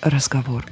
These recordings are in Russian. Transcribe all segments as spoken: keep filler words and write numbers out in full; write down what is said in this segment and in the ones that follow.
разговор.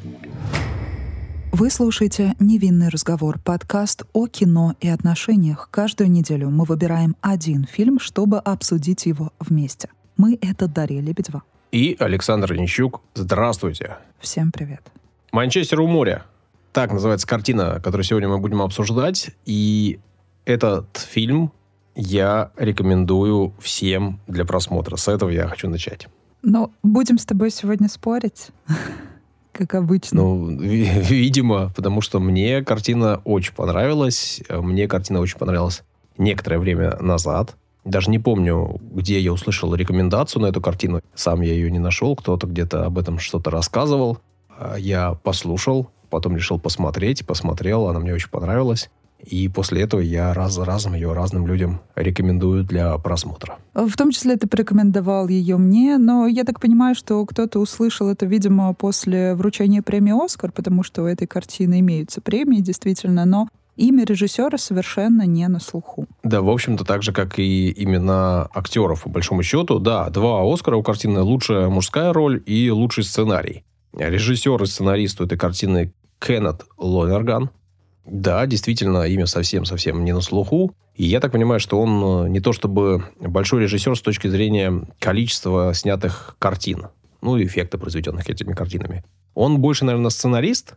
Вы слушаете «Невинный разговор» — подкаст о кино и отношениях. Каждую неделю мы выбираем один фильм, чтобы обсудить его вместе. Мы — это Дарья Лебедева. И Александр Нищук. Здравствуйте. Всем привет. «Манчестер у моря». Так называется картина, которую сегодня мы будем обсуждать. И этот фильм я рекомендую всем для просмотра. С этого я хочу начать. Ну, будем с тобой сегодня спорить, как обычно. Ну, ви- видимо, потому что мне картина очень понравилась. Мне картина очень понравилась некоторое время назад. Даже не помню, где я услышал рекомендацию на эту картину. Сам я ее не нашел. Кто-то где-то об этом что-то рассказывал. Я послушал, потом решил посмотреть. Посмотрел, она мне очень понравилась. И после этого я раз за разом ее разным людям рекомендую для просмотра. В том числе ты порекомендовал ее мне, но я так понимаю, что кто-то услышал это, видимо, после вручения премии «Оскар», потому что у этой картины имеются премии, действительно, но имя режиссера совершенно не на слуху. Да, в общем-то, так же, как и имена актеров, по большому счету. Да, два «Оскара» у картины: лучшая мужская роль и лучший сценарий. Режиссер и сценарист у этой картины Кеннет Лонерган. Да, действительно, имя совсем-совсем не на слуху. И я так понимаю, что он не то чтобы большой режиссер с точки зрения количества снятых картин, ну, и эффекта, произведенных этими картинами. Он больше, наверное, сценарист.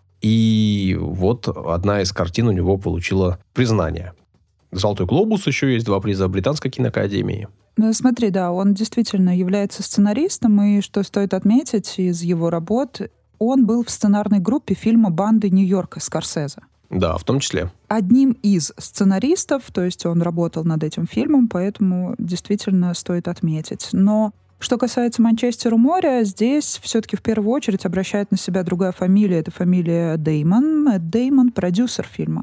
И вот одна из картин у него получила признание. «Золотой глобус» еще есть, два приза Британской киноакадемии. Ну, смотри, да, он действительно является сценаристом, и что стоит отметить из его работ, он был в сценарной группе фильма «Банды Нью-Йорка» Скорсезе. Да, в том числе. Одним из сценаристов, то есть он работал над этим фильмом, поэтому действительно стоит отметить. Но что касается «Манчестер у моря», здесь все-таки в первую очередь обращает на себя другая фамилия. Это фамилия Дэймон. Мэтт Дэймон — продюсер фильма.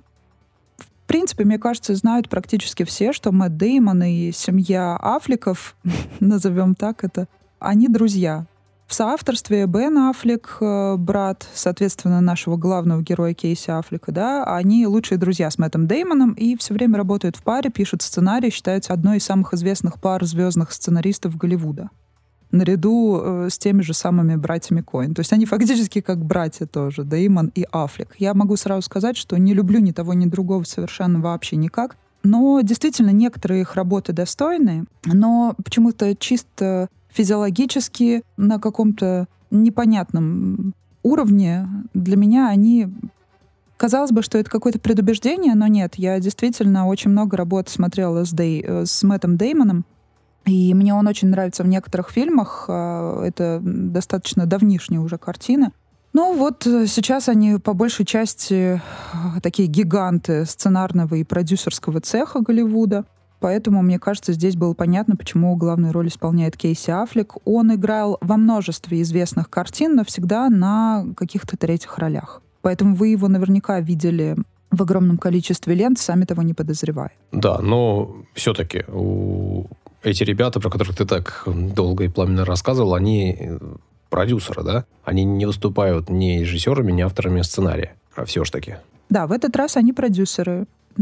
В принципе, мне кажется, знают практически все, что Мэтт Дэймон и семья Аффлеков, назовем так это, они друзья. В соавторстве Бен Аффлек, брат, соответственно, нашего главного героя Кейси Аффлека, да, они лучшие друзья с Мэттом Дэймоном и все время работают в паре, пишут сценарий, считаются одной из самых известных пар звездных сценаристов Голливуда. Наряду э, с теми же самыми братьями Коэн. То есть они фактически как братья тоже, Дэймон и Аффлек. Я могу сразу сказать, что не люблю ни того, ни другого совершенно вообще никак. Но действительно некоторые их работы достойны, но почему-то чисто физиологически на каком-то непонятном уровне для меня они... Казалось бы, что это какое-то предубеждение, но нет. Я действительно очень много работ смотрела с, Дэй... с Мэттом Дэймоном, и мне он очень нравится в некоторых фильмах. Это достаточно давнишняя уже картина. Ну вот сейчас они по большей части такие гиганты сценарного и продюсерского цеха Голливуда. Поэтому, мне кажется, здесь было понятно, почему главную роль исполняет Кейси Аффлек. Он играл во множестве известных картин, но всегда на каких-то третьих ролях. Поэтому вы его наверняка видели в огромном количестве лент, сами того не подозревая. Да, но все-таки у... эти ребята, про которых ты так долго и пламенно рассказывал, они продюсеры, да? Они не выступают ни режиссерами, ни авторами сценария, а все ж таки. Да, в этот раз они продюсеры.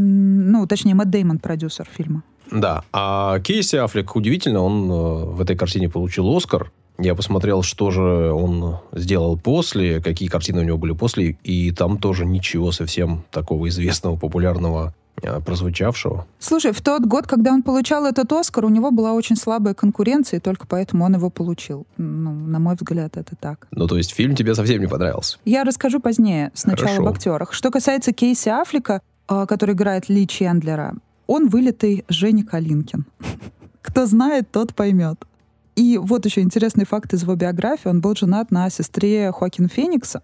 Ну, точнее, Мэтт Дэймон продюсер фильма. Да, а Кейси Аффлек, удивительно, он в этой картине получил «Оскар». Я посмотрел, что же он сделал после, какие картины у него были после, и там тоже ничего совсем такого известного, популярного, прозвучавшего. Слушай, в тот год, когда он получал этот «Оскар», у него была очень слабая конкуренция, и только поэтому он его получил. Ну, на мой взгляд, это так. Ну, то есть фильм тебе совсем не понравился? Я расскажу позднее, сначала Хорошо. об актерах. Что касается Кейси Аффлека, который играет Ли Чендлера, он вылитый Женя Калинкин. Кто знает, тот поймет. И вот еще интересный факт из его биографии. Он был женат на сестре Хоакина Феникса.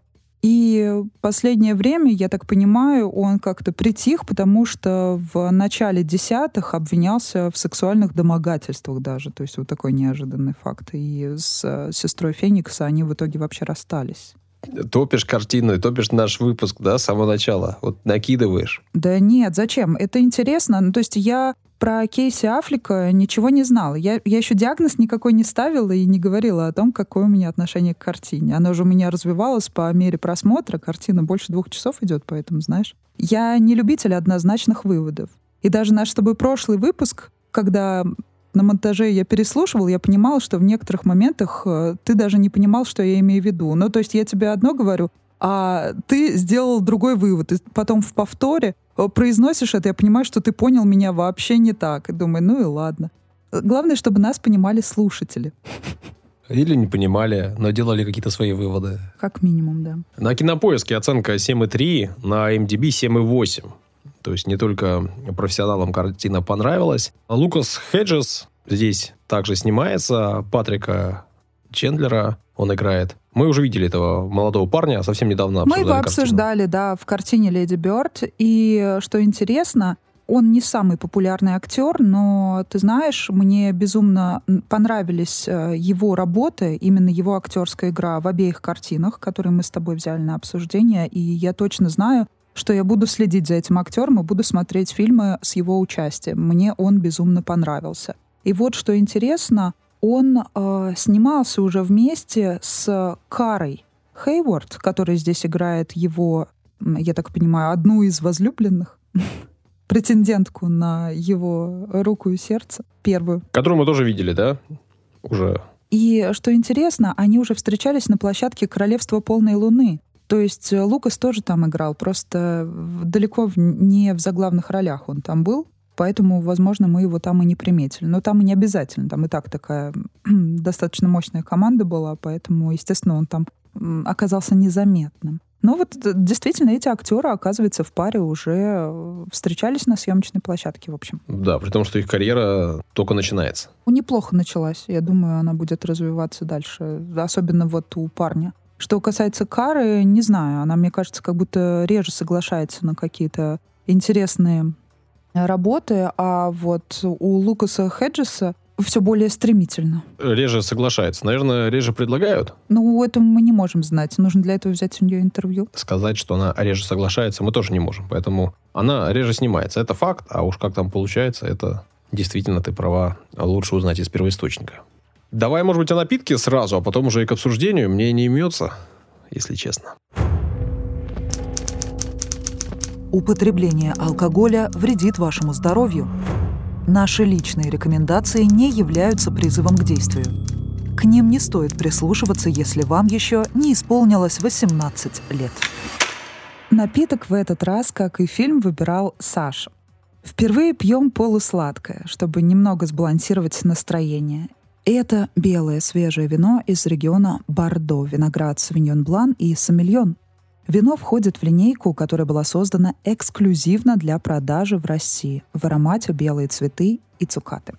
И последнее время, я так понимаю, он как-то притих, потому что в начале десятых обвинялся в сексуальных домогательствах даже. То есть вот такой неожиданный факт. И с сестрой Феникса они в итоге вообще расстались. Топишь картину, топишь наш выпуск, да, с самого начала. Вот накидываешь. Да нет, зачем? Это интересно. Ну, то есть я про Кейси Аффлека ничего не знала. Я, я еще диагноз никакой не ставила и не говорила о том, какое у меня отношение к картине. Оно же у меня развивалось по мере просмотра. Картина больше двух часов идет, поэтому, знаешь. Я не любитель однозначных выводов. И даже наш с тобой прошлый выпуск, когда на монтаже я переслушивал, я понимала, что в некоторых моментах ты даже не понимал, что я имею в виду. Ну, то есть я тебе одно говорю, а ты сделал другой вывод. И потом в повторе произносишь это, я понимаю, что ты понял меня вообще не так. И думаю, ну и ладно. Главное, чтобы нас понимали слушатели. Или не понимали, но делали какие-то свои выводы. Как минимум, да. На Кинопоиске оценка семь и три, на ай эм ди би семь и восемь. То есть не только профессионалам картина понравилась. Лукас Хеджес здесь также снимается. Патрика Чендлера он играет. Мы уже видели этого молодого парня, совсем недавно обсуждали. Мы его обсуждали, картину. Да, в картине «Леди Бёрд». И, что интересно, он не самый популярный актер, но, ты знаешь, мне безумно понравились его работы, именно его актерская игра в обеих картинах, которые мы с тобой взяли на обсуждение. И я точно знаю, что я буду следить за этим актером и буду смотреть фильмы с его участием. Мне он безумно понравился. И вот что интересно, он э, снимался уже вместе с Карой Хейворд, которая здесь играет его, я так понимаю, одну из возлюбленных, претендентку на его руку и сердце, первую. Которую мы тоже видели, да? Уже. И что интересно, они уже встречались на площадке «Королевство полной луны». То есть Лукас тоже там играл, просто далеко не в заглавных ролях он там был, поэтому, возможно, мы его там и не приметили. Но там и не обязательно, там и так такая достаточно мощная команда была, поэтому, естественно, он там оказался незаметным. Но вот действительно эти актеры, оказывается, в паре уже встречались на съемочной площадке, в общем. Да, при том, что их карьера только начинается. Неплохо началась. Я думаю, она будет развиваться дальше, особенно вот у парня. Что касается Кары, не знаю, она, мне кажется, как будто реже соглашается на какие-то интересные работы, а вот у Лукаса Хеджеса все более стремительно. Реже соглашается. Наверное, реже предлагают? Ну, это мы не можем знать. Нужно для этого взять у нее интервью. Сказать, что она реже соглашается, мы тоже не можем. Поэтому она реже снимается. Это факт, а уж как там получается, это действительно, ты права, лучше узнать из первоисточника. Давай, может быть, о напитке сразу, а потом уже и к обсуждению. Мне не имется, если честно. Употребление алкоголя вредит вашему здоровью. Наши личные рекомендации не являются призывом к действию. К ним не стоит прислушиваться, если вам еще не исполнилось восемнадцать лет. Напиток в этот раз, как и фильм, выбирал Саша. Впервые пьем полусладкое, чтобы немного сбалансировать настроение. Это белое свежее вино из региона Бордо, виноград Савиньон Блан и Сомельон. Вино входит в линейку, которая была создана эксклюзивно для продажи в России в аромате белые цветы и цукаты.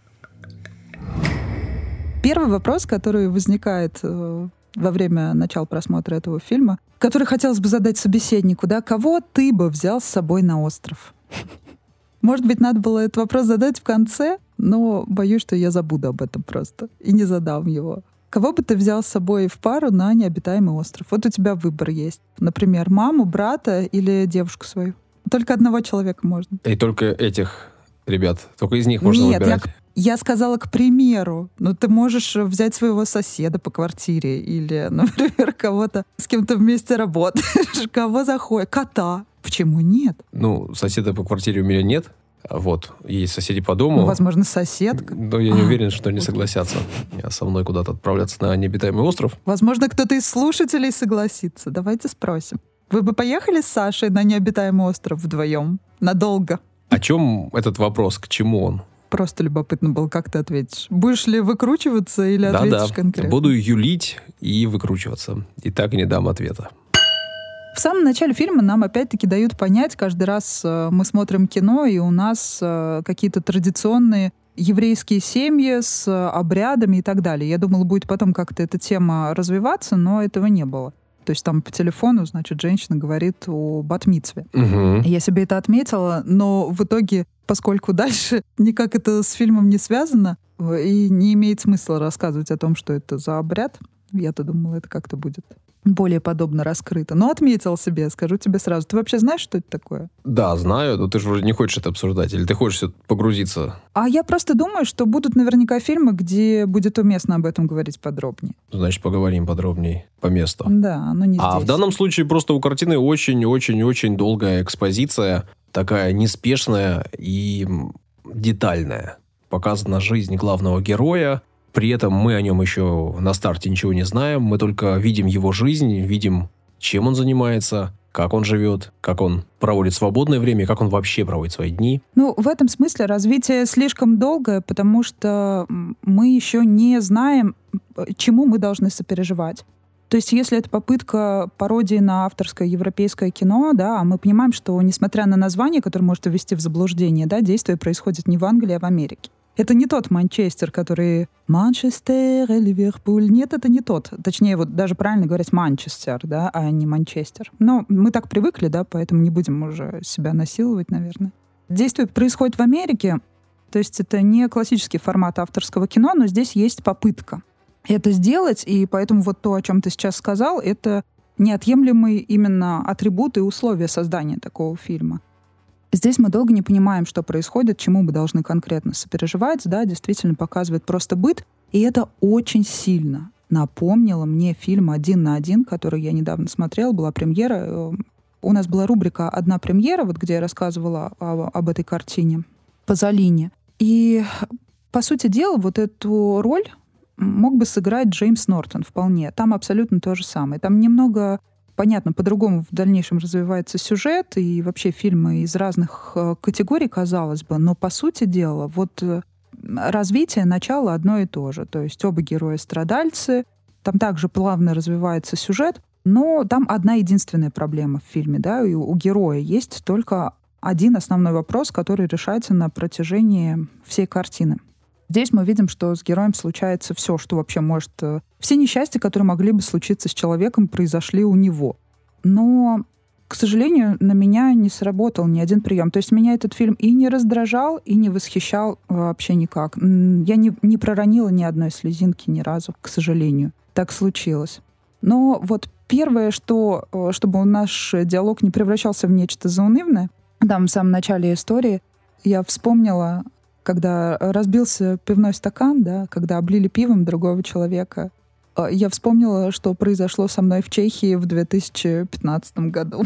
Первый вопрос, который возникает э, во время начала просмотра этого фильма, который хотелось бы задать собеседнику, да, кого ты бы взял с собой на остров? Может быть, надо было этот вопрос задать в конце, но боюсь, что я забуду об этом просто и не задам его. Кого бы ты взял с собой в пару на необитаемый остров? Вот у тебя выбор есть. Например, маму, брата или девушку свою. Только одного человека можно. И только этих ребят, только из них можно Нет, выбирать. Я, я сказала, к примеру. Но ты можешь взять своего соседа по квартире или, например, кого-то, с кем ты вместе работаешь, кого заходит, кота. Почему нет? Ну, соседа по квартире у меня нет. Вот, есть соседи по дому. Ну, возможно, соседка. Но я не уверен, что они согласятся со мной куда-то отправляться на необитаемый остров. Возможно, кто-то из слушателей согласится. Давайте спросим. Вы бы поехали с Сашей на необитаемый остров вдвоем? Надолго? О чем этот вопрос? К чему он? Просто любопытно было, как ты ответишь. Будешь ли выкручиваться или ответишь Да-да, конкретно? Буду юлить и выкручиваться. И так и не дам ответа. В самом начале фильма нам опять-таки дают понять, каждый раз э, мы смотрим кино, и у нас э, какие-то традиционные еврейские семьи с э, обрядами и так далее. Я думала, будет потом как-то эта тема развиваться, но этого не было. То есть там по телефону, значит, женщина говорит о бат-мицве. Угу. Я себе это отметила, но в итоге, поскольку дальше никак это с фильмом не связано, и не имеет смысла рассказывать о том, что это за обряд, я-то думала, это как-то будет более подобно раскрыто. Но отметил себе, скажу тебе сразу. Ты вообще знаешь, что это такое? Да, знаю, но ты же вроде не хочешь это обсуждать, или ты хочешь все погрузиться? А я просто думаю, что будут наверняка фильмы, где будет уместно об этом говорить подробнее. Значит, поговорим подробнее по месту. Да, но не А здесь. в данном случае просто у картины очень-очень-очень долгая экспозиция, такая неспешная и детальная. показана жизнь главного героя. При этом мы о нем еще на старте ничего не знаем. Мы только видим его жизнь, видим, чем он занимается, как он живет, как он проводит свободное время, как он вообще проводит свои дни. Ну, в этом смысле развитие слишком долгое, потому что мы еще не знаем, чему мы должны сопереживать. То есть если это попытка пародии на авторское европейское кино, да, а мы понимаем, что, несмотря на название, которое может ввести в заблуждение, да, действие происходит не в Англии, а в Америке. Это не тот Манчестер, который Манчестер и Ливерпуль. Нет, это не тот. Точнее, вот даже правильно говорить Манчестер, да, а не Манчестер. Но мы так привыкли, да, поэтому не будем уже себя насиловать, наверное. Действие происходит в Америке, то есть это не классический формат авторского кино, но здесь есть попытка это сделать, и поэтому вот то, о чем ты сейчас сказал, это неотъемлемый именно атрибут и условия создания такого фильма. Здесь мы долго не понимаем, что происходит, чему мы должны конкретно сопереживать, да, действительно показывает просто быт, и это очень сильно напомнило мне фильм «Один на один», который я недавно смотрела, была премьера. У нас была рубрика «Одна премьера», вот где я рассказывала о, об этой картине Пазолини. И, по сути дела, вот эту роль мог бы сыграть Джеймс Нортон вполне. Там абсолютно то же самое. Там немного, понятно, по-другому в дальнейшем развивается сюжет, и вообще фильмы из разных категорий, казалось бы, но, по сути дела, вот развитие, начало одно и то же. То есть оба героя страдальцы, там также плавно развивается сюжет, но там одна единственная проблема в фильме, да, и у героя есть только один основной вопрос, который решается на протяжении всей картины. Здесь мы видим, что с героем случается все, что вообще может... Все несчастья, которые могли бы случиться с человеком, произошли у него. Но, к сожалению, на меня не сработал ни один прием. То есть меня этот фильм и не раздражал, и не восхищал вообще никак. Я не, не проронила ни одной слезинки ни разу, к сожалению. Так случилось. Но вот первое, что, чтобы наш диалог не превращался в нечто заунывное, там в самом начале истории я вспомнила, когда разбился пивной стакан, да, когда облили пивом другого человека, я вспомнила, что произошло со мной в Чехии в две тысячи пятнадцатом году.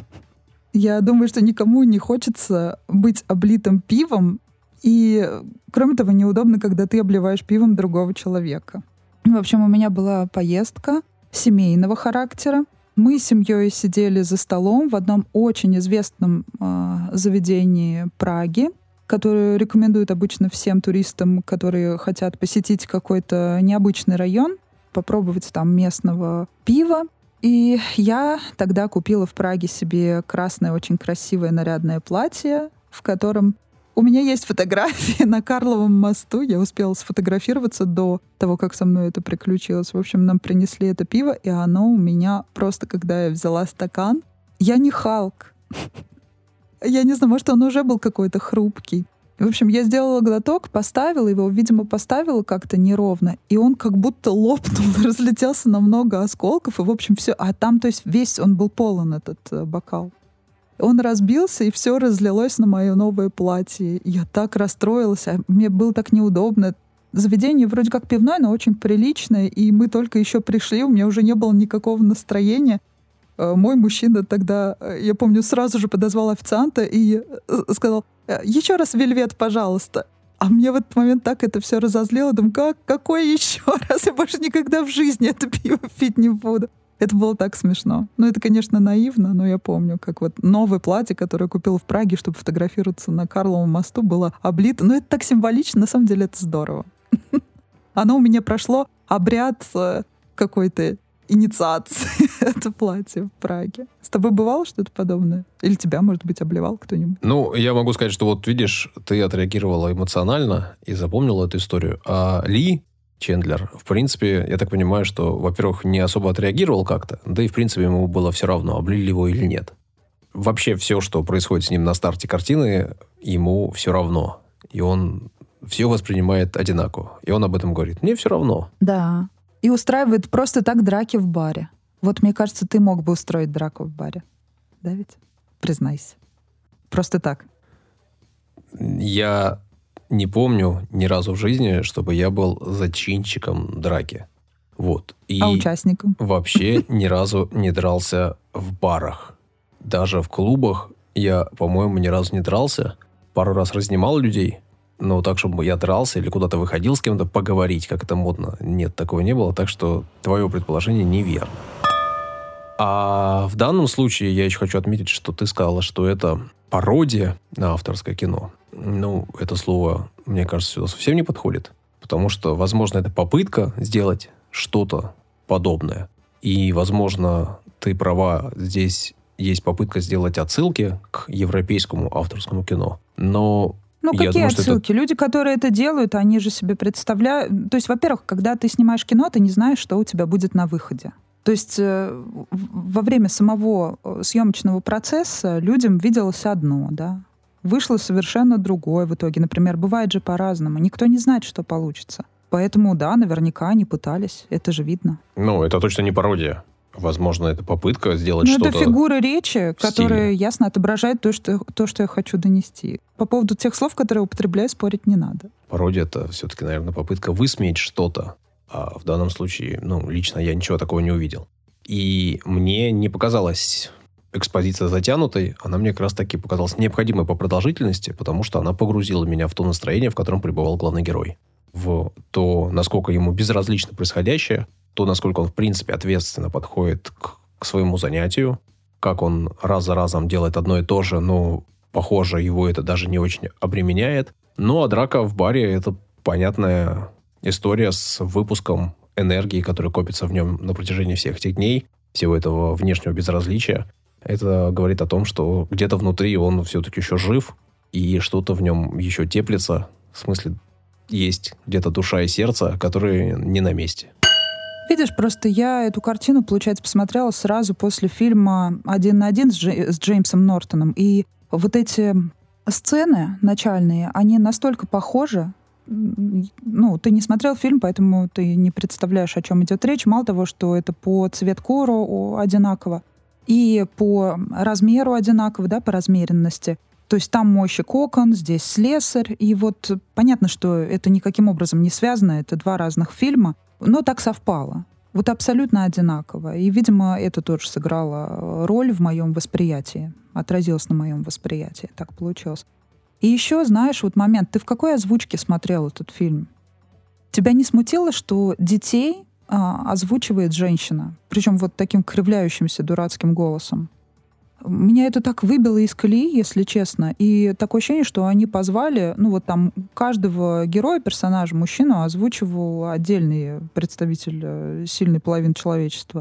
Я думаю, что никому не хочется быть облитым пивом, и, кроме того, неудобно, когда ты обливаешь пивом другого человека. В общем, у меня была поездка семейного характера. Мы с семьей сидели за столом в одном очень известном э, заведении Праги, которую рекомендуют обычно всем туристам, которые хотят посетить какой-то необычный район, попробовать там местного пива. И я тогда купила в Праге себе красное, очень красивое, нарядное платье, в котором у меня есть фотографии на Карловом мосту. Я успела сфотографироваться до того, как со мной это приключилось. В общем, нам принесли это пиво, и оно у меня просто, когда я взяла стакан, я не Халк. Я не знаю, может, он уже был какой-то хрупкий. В общем, я сделала глоток, поставила его, видимо, поставила как-то неровно, и он как будто лопнул, разлетелся на много осколков, и, в общем, все. А там, то есть, весь он был полон, этот э, бокал. Он разбился, и все разлилось на мое новое платье. Я так расстроилась, а мне было так неудобно. Заведение вроде как пивное, но очень приличное, и мы только еще пришли, у меня уже не было никакого настроения. Мой мужчина тогда, я помню, сразу же подозвал официанта и сказал: «Еще раз вельвет, пожалуйста». А мне в этот момент так это все разозлило. Думаю, как, какой еще раз? Я больше никогда в жизни это пиво пить не буду. Это было так смешно. Ну, это, конечно, наивно, но я помню, как вот новое платье, которое я купила в Праге, чтобы фотографироваться на Карловом мосту, было облито. Но это так символично, на самом деле это здорово. Оно у меня прошло обряд какой-то инициации, это платье в Праге. С тобой бывало что-то подобное? Или тебя, может быть, обливал кто-нибудь? Ну, я могу сказать, что вот видишь, ты отреагировала эмоционально и запомнила эту историю. А Ли Чендлер, в принципе, я так понимаю, что, во-первых, не особо отреагировал как-то, да и, в принципе, ему было все равно, облили его или нет. Вообще все, что происходит с ним на старте картины, ему все равно. И он все воспринимает одинаково. И он об этом говорит. Мне все равно. Да. И устраивает просто так драки в баре. Вот, мне кажется, ты мог бы устроить драку в баре. Да ведь? Признайся. Просто так. Я не помню ни разу в жизни, чтобы я был зачинщиком драки. Вот. И а участником? Вообще ни разу не дрался в барах. Даже в клубах я, по-моему, ни разу не дрался. Пару раз разнимал людей. но так, чтобы я дрался или куда-то выходил с кем-то поговорить, как это модно. Нет, такого не было, так что твое предположение неверно. А в данном случае я еще хочу отметить, что ты сказала, что это пародия на авторское кино. Ну, это слово, мне кажется, сюда совсем не подходит, потому что, возможно, это попытка сделать что-то подобное. И, возможно, ты права, здесь есть попытка сделать отсылки к европейскому авторскому кино. Но Ну, я какие думаю, что отсылки? это... Люди, которые это делают, они же себе представляют... То есть, во-первых, когда ты снимаешь кино, ты не знаешь, что у тебя будет на выходе. То есть э, во время самого съемочного процесса людям виделось одно, да. Вышло совершенно другое в итоге. Например, бывает же по-разному. Никто не знает, что получится. Поэтому, да, наверняка они пытались. Это же видно. Ну, это точно не пародия. Возможно, это попытка сделать Ну, что-то... это фигура речи, в стиле. которая ясно отображает то что, то, что я хочу донести. По поводу тех слов, которые я употребляю, спорить не надо. Пародия — это все-таки, наверное, попытка высмеять что-то. А в данном случае, ну, лично я ничего такого не увидел. И мне не показалась экспозиция затянутой. Она мне как раз-таки показалась необходимой по продолжительности, потому что она погрузила меня в то настроение, в котором пребывал главный герой. В то, насколько ему безразлично происходящее, то, насколько он, в принципе, ответственно подходит к, к своему занятию, как он раз за разом делает одно и то же, но, похоже, его это даже не очень обременяет. Ну, а драка в баре — это понятная история с выпуском энергии, которая копится в нем на протяжении всех этих дней, всего этого внешнего безразличия. Это говорит о том, что где-то внутри он все-таки еще жив, и что-то в нем еще теплится. В смысле, есть где-то душа и сердце, которые не на месте. Видишь, просто я эту картину, получается, посмотрела сразу после фильма «Один на один» с, Джей- с Джеймсом Нортоном. И вот эти сцены начальные, они настолько похожи. Ну, ты не смотрел фильм, поэтому ты не представляешь, о чем идет речь. Мало того, что это по цветкору одинаково и по размеру одинаково, да, по размеренности. То есть там мойщик окон, здесь слесарь. И вот понятно, что это никаким образом не связано, это два разных фильма. Но так совпало. Вот абсолютно одинаково. И, видимо, это тоже сыграло роль в моем восприятии. Отразилось на моем восприятии. Так получилось. И еще, знаешь, вот момент. Ты в какой озвучке смотрел этот фильм? Тебя не смутило, что детей а, озвучивает женщина? Причем вот таким кривляющимся дурацким голосом. Меня это так выбило из колеи, если честно. И такое ощущение, что они позвали, ну вот там каждого героя, персонажа, мужчину озвучивал отдельный представитель сильной половины человечества.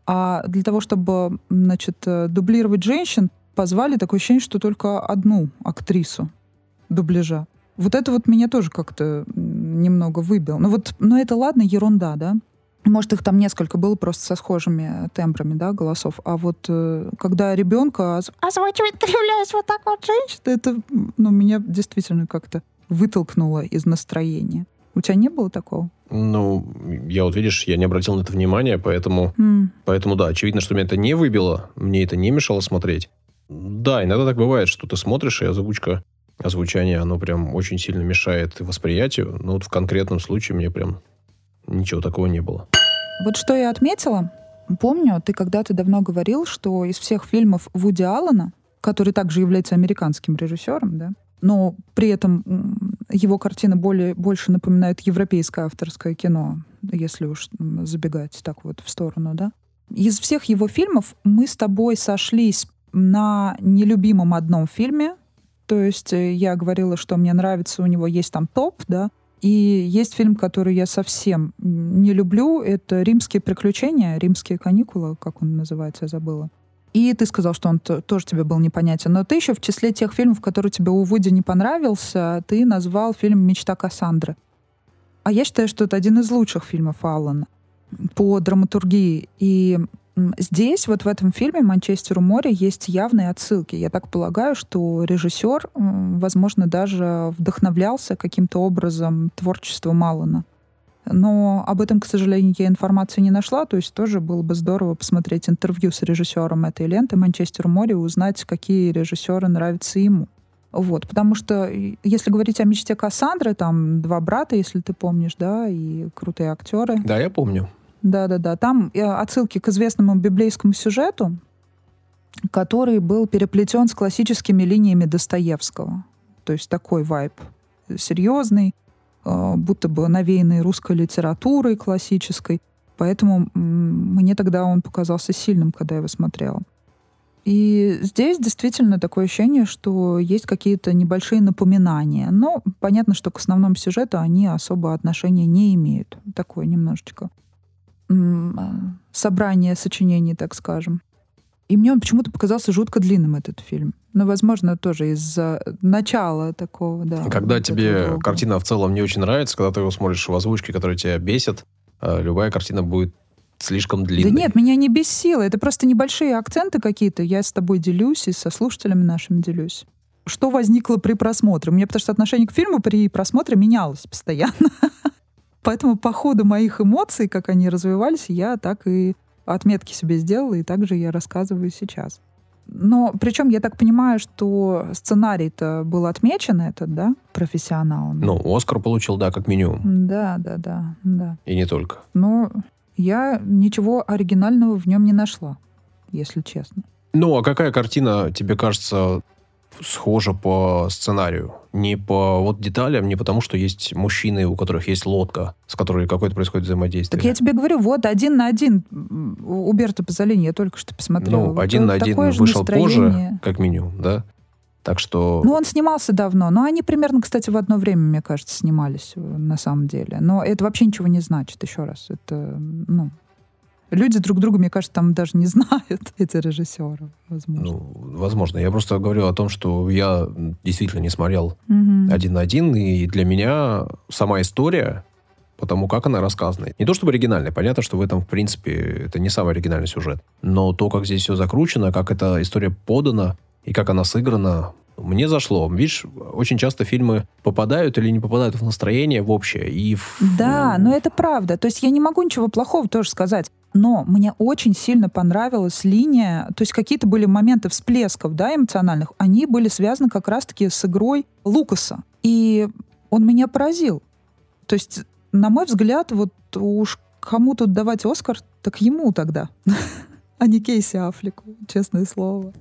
А для того, чтобы, значит, дублировать женщин, позвали такое ощущение, что только одну актрису дубляжа. Вот это вот меня тоже как-то немного выбило. Ну вот, но это ладно, ерунда, да? Может, их там несколько было просто со схожими тембрами, да, голосов. А вот э, когда ребенка оз... озвучивает, кривляясь вот так вот женщина, это, ну, меня действительно как-то вытолкнуло из настроения. У тебя не было такого? Ну, я вот, видишь, я не обратил на это внимания, поэтому, mm. поэтому да, очевидно, что меня это не выбило, мне это не мешало смотреть. Да, иногда так бывает, что ты смотришь, и озвучка, озвучание, оно прям очень сильно мешает восприятию. Но вот в конкретном случае мне прям ничего такого не было. Вот что я отметила. Помню, ты когда-то давно говорил, что из всех фильмов Вуди Аллена, который также является американским режиссером, да, но при этом его картины более, больше напоминают европейское авторское кино, если уж забегать так вот в сторону, да. Из всех его фильмов мы с тобой сошлись на нелюбимом одном фильме. То есть я говорила, что мне нравится, у него есть там топ, да. И есть фильм, который я совсем не люблю. Это «Римские приключения», «Римские каникулы», как он называется, я забыла. И ты сказал, что он тоже тебе был непонятен. Но ты еще в числе тех фильмов, которые тебе у Вуди не понравился, ты назвал фильм «Мечта Кассандры». А я считаю, что это один из лучших фильмов Аллена по драматургии. И здесь, вот в этом фильме «Манчестер у моря» есть явные отсылки. Я так полагаю, что режиссер, возможно, даже вдохновлялся каким-то образом творчеством Аллена. Но об этом, к сожалению, я информации не нашла. То есть тоже было бы здорово посмотреть интервью с режиссером этой ленты «Манчестер у моря» и узнать, какие режиссеры нравятся ему. Вот, потому что, если говорить о «Мечте Кассандры», там два брата, если ты помнишь, да, и крутые актеры. Да, я помню. Да-да-да. Там отсылки к известному библейскому сюжету, который был переплетен с классическими линиями Достоевского. То есть такой вайб серьезный, будто бы навеянный русской литературой классической. Поэтому мне тогда он показался сильным, когда я его смотрела. И здесь действительно такое ощущение, что есть какие-то небольшие напоминания. Но понятно, что к основному сюжету они особо отношения не имеют. Такое немножечко собрание сочинений, так скажем. И мне он почему-то показался жутко длинным, этот фильм. Но, возможно, тоже из-за начала такого, да. Когда вот тебе картина в целом не очень нравится, когда ты его смотришь в озвучке, которая тебя бесит, любая картина будет слишком длинной. Да нет, меня не бесило. Это просто небольшие акценты какие-то. Я с тобой делюсь и со слушателями нашими делюсь. Что возникло при просмотре? У меня потому что отношение к фильму при просмотре менялось постоянно. Поэтому по ходу моих эмоций, как они развивались, я так и отметки себе сделала, и также я рассказываю сейчас. Но причем я так понимаю, что сценарий-то был отмечен этот, да, профессионалом. Ну, Оскар получил, да, как минимум. Да, да, да, да. И не только. Но я ничего оригинального в нем не нашла, если честно. Ну, а какая картина тебе кажется схожа по сценарию? Не по вот деталям, не потому, что есть мужчины, у которых есть лодка, с которой какое-то происходит взаимодействие. Так я тебе говорю, вот один на один у Берто Пазолини я только что посмотрела. Ну, один на один вышел позже, как минимум, да? Так что... Ну, он снимался давно, но они примерно, кстати, в одно время, мне кажется, снимались на самом деле. Но это вообще ничего не значит, еще раз. Это, ну... Люди друг друга, мне кажется, там даже не знают, эти режиссеры, возможно. Ну, возможно. Я просто говорю о том, что я действительно не смотрел угу. один на один, и для меня сама история, потому как она рассказана, не то чтобы оригинальная, понятно, что в этом, в принципе, это не самый оригинальный сюжет, но то, как здесь все закручено, как эта история подана, и как она сыграна, мне зашло. Видишь, очень часто фильмы попадают или не попадают в настроение в общее. И в... Да, но это правда. То есть я не могу ничего плохого тоже сказать. Но мне очень сильно понравилась линия, то есть какие-то были моменты всплесков, да, эмоциональных, они были связаны как раз-таки с игрой Лукаса. И он меня поразил. То есть, на мой взгляд, вот уж кому тут давать Оскар, так ему тогда, а не Кейси Аффлеку, честное слово.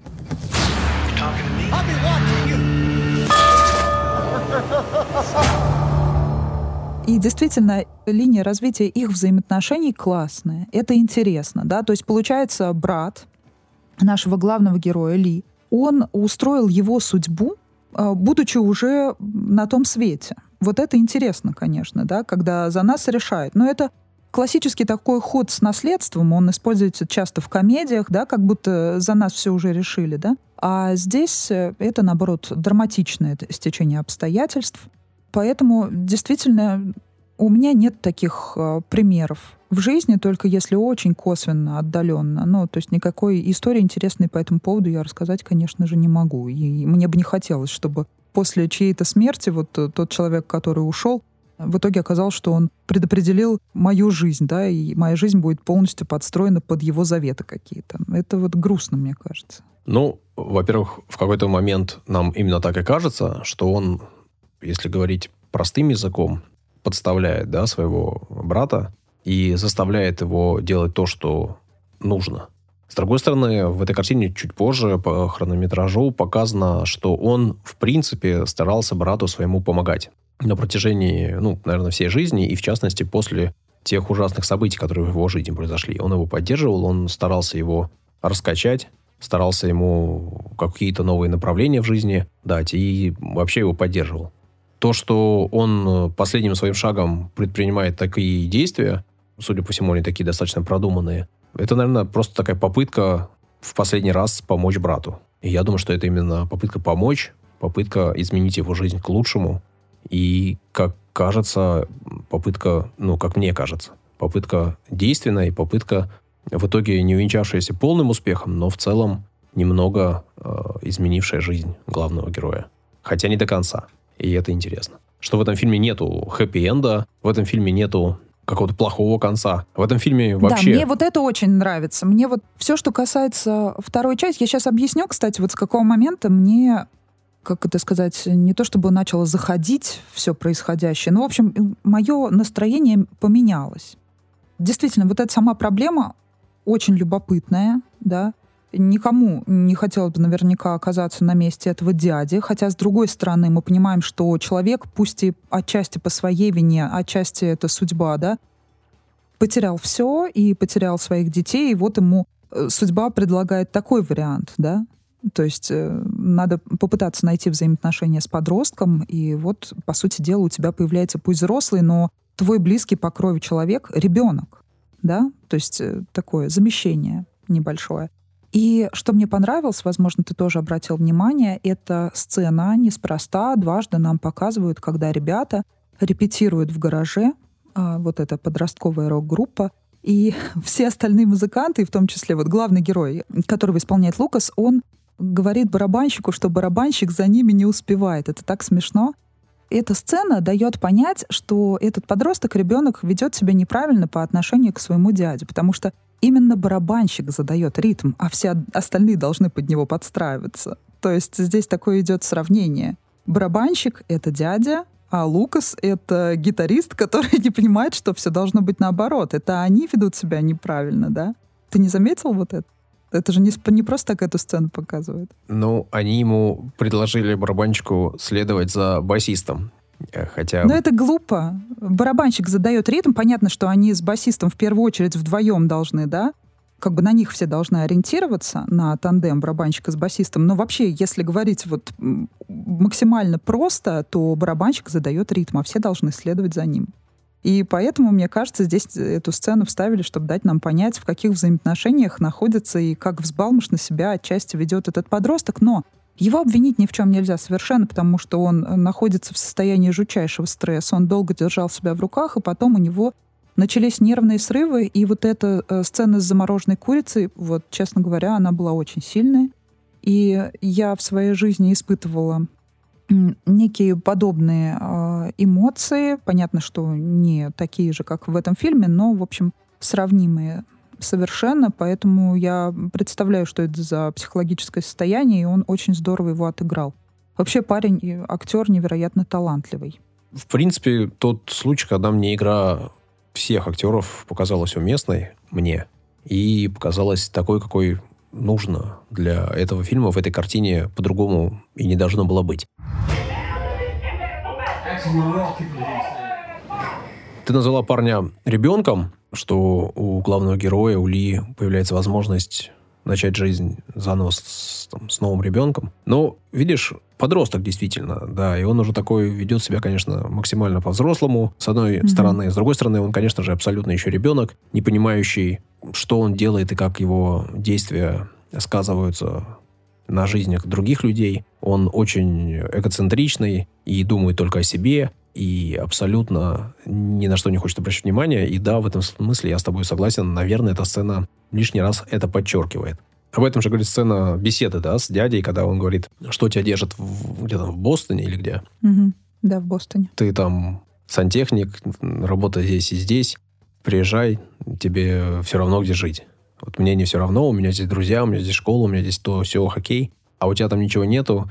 И действительно, линия развития их взаимоотношений классная. Это интересно, да? То есть, получается, брат нашего главного героя Ли, он устроил его судьбу, будучи уже на том свете. Вот это интересно, конечно, да, когда за нас решают. Но это классический такой ход с наследством, он используется часто в комедиях, да, как будто за нас все уже решили, да. А здесь это, наоборот, драматичное стечение обстоятельств. Поэтому, действительно, у меня нет таких э, примеров в жизни, только если очень косвенно, отдаленно. Ну, то есть никакой истории интересной по этому поводу я рассказать, конечно же, не могу. И мне бы не хотелось, чтобы после чьей-то смерти вот тот человек, который ушел, в итоге оказалось, что он предопределил мою жизнь, да, и моя жизнь будет полностью подстроена под его заветы какие-то. Это вот грустно, мне кажется. Ну, во-первых, в какой-то момент нам именно так и кажется, что он, если говорить простым языком, подставляет, да, своего брата и заставляет его делать то, что нужно. С другой стороны, в этой картине чуть позже по хронометражу показано, что он, в принципе, старался брату своему помогать на протяжении, ну, наверное, всей жизни, и в частности после тех ужасных событий, которые в его жизни произошли. Он его поддерживал, он старался его раскачать, старался ему какие-то новые направления в жизни дать и вообще его поддерживал. То, что он последним своим шагом предпринимает такие действия, судя по всему, они такие достаточно продуманные, это, наверное, просто такая попытка в последний раз помочь брату. И я думаю, что это именно попытка помочь, попытка изменить его жизнь к лучшему. И, как кажется, попытка, ну, как мне кажется, попытка действенная и попытка, в итоге не увенчавшаяся полным успехом, но в целом немного э, изменившая жизнь главного героя. Хотя не до конца. И это интересно. Что в этом фильме нету хэппи-энда, в этом фильме нету какого-то плохого конца. В этом фильме вообще... Да, мне вот это очень нравится. Мне вот все, что касается второй части, я сейчас объясню, кстати, вот с какого момента мне, как это сказать, не то чтобы начало заходить все происходящее, но, в общем, мое настроение поменялось. Действительно, вот эта сама проблема очень любопытная, да, Никому не хотелось бы наверняка оказаться на месте этого дяди, хотя, с другой стороны, мы понимаем, что человек, пусть и отчасти по своей вине, отчасти это судьба, да, потерял все и потерял своих детей, и вот ему судьба предлагает такой вариант, да. То есть э, надо попытаться найти взаимоотношения с подростком, и вот, по сути дела, у тебя появляется пусть взрослый, но твой близкий по крови человек — ребенок, да, то есть э, такое замещение небольшое. И что мне понравилось, возможно, ты тоже обратил внимание, это сцена неспроста, дважды нам показывают, когда ребята репетируют в гараже, э, вот эта подростковая рок-группа, и все остальные музыканты, и в том числе вот главный герой, которого исполняет Лукас, он говорит барабанщику, что барабанщик за ними не успевает. Это так смешно. Эта сцена дает понять, что этот подросток, ребенок, ведет себя неправильно по отношению к своему дяде, потому что именно барабанщик задает ритм, а все остальные должны под него подстраиваться. То есть здесь такое идет сравнение. Барабанщик — это дядя, а Лукас — это гитарист, который не понимает, что все должно быть наоборот. Это они ведут себя неправильно, да? Ты не заметил вот это? Это же не, не просто так эту сцену показывают. Ну, они ему предложили барабанщику следовать за басистом. Хотя... Но это глупо. Барабанщик задает ритм. Понятно, что они с басистом в первую очередь вдвоем должны, да? Как бы на них все должны ориентироваться, на тандем барабанщика с басистом. Но вообще, если говорить вот максимально просто, то барабанщик задает ритм, а все должны следовать за ним. И поэтому, мне кажется, здесь эту сцену вставили, чтобы дать нам понять, в каких взаимоотношениях находится и как взбалмошно себя отчасти ведет этот подросток. Но его обвинить ни в чем нельзя совершенно, потому что он находится в состоянии жутчайшего стресса. Он долго держал себя в руках, и потом у него начались нервные срывы. И вот эта э, сцена с замороженной курицей, вот, честно говоря, она была очень сильная. И я в своей жизни испытывала некие подобные э, эмоции. Понятно, что не такие же, как в этом фильме, но, в общем, сравнимые совершенно. Поэтому я представляю, что это за психологическое состояние, и он очень здорово его отыграл. Вообще парень и актер невероятно талантливый. В принципе, тот случай, когда мне игра всех актеров показалась уместной, мне, и показалась такой, какой нужно для этого фильма. В этой картине по-другому и не должно было быть. Ты назвала парня ребенком, что у главного героя, у Ли, появляется возможность начать жизнь заново с, там, с новым ребенком. Но, видишь, подросток действительно, да, и он уже такой ведет себя, конечно, максимально по-взрослому, с одной mm-hmm. стороны. С другой стороны, он, конечно же, абсолютно еще ребенок, не понимающий, что он делает и как его действия сказываются на жизнях других людей. Он очень эгоцентричный и думает только о себе, и абсолютно ни на что не хочет обращать внимания. И да, в этом смысле я с тобой согласен. Наверное, эта сцена лишний раз это подчеркивает. Об этом же говорит сцена беседы, да, с дядей, когда он говорит, что тебя держит в, где-то в Бостоне или где? Угу. Да, в Бостоне. Ты там сантехник, работай здесь и здесь. Приезжай, тебе все равно, где жить. Вот мне не все равно, у меня здесь друзья, у меня здесь школа, у меня здесь то, все, хоккей, а у тебя там ничего нету,